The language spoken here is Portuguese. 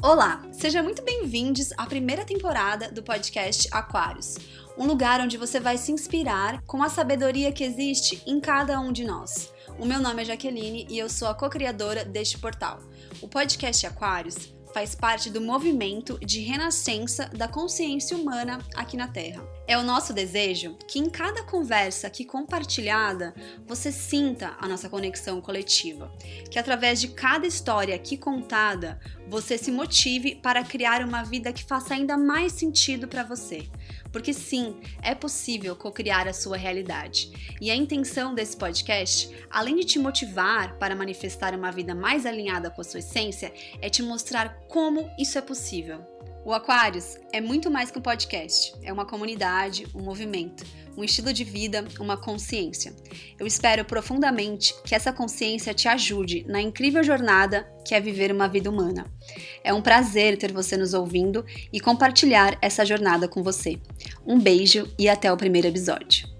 Olá, sejam muito bem-vindos à primeira temporada do podcast Aquários, um lugar onde você vai se inspirar com a sabedoria que existe em cada um de nós. O meu nome é Jaqueline e eu sou a co-criadora deste portal. O podcast Aquários faz parte do movimento de renascença da consciência humana aqui na Terra. É o nosso desejo que em cada conversa aqui compartilhada, você sinta a nossa conexão coletiva. Que através de cada história aqui contada, você se motive para criar uma vida que faça ainda mais sentido para você. Porque sim, é possível co-criar a sua realidade. E a intenção desse podcast, além de te motivar para manifestar uma vida mais alinhada com a sua essência, é te mostrar como isso é possível. O Aquários é muito mais que um podcast, é uma comunidade, um movimento, um estilo de vida, uma consciência. Eu espero profundamente que essa consciência te ajude na incrível jornada que é viver uma vida humana. É um prazer ter você nos ouvindo e compartilhar essa jornada com você. Um beijo e até o primeiro episódio.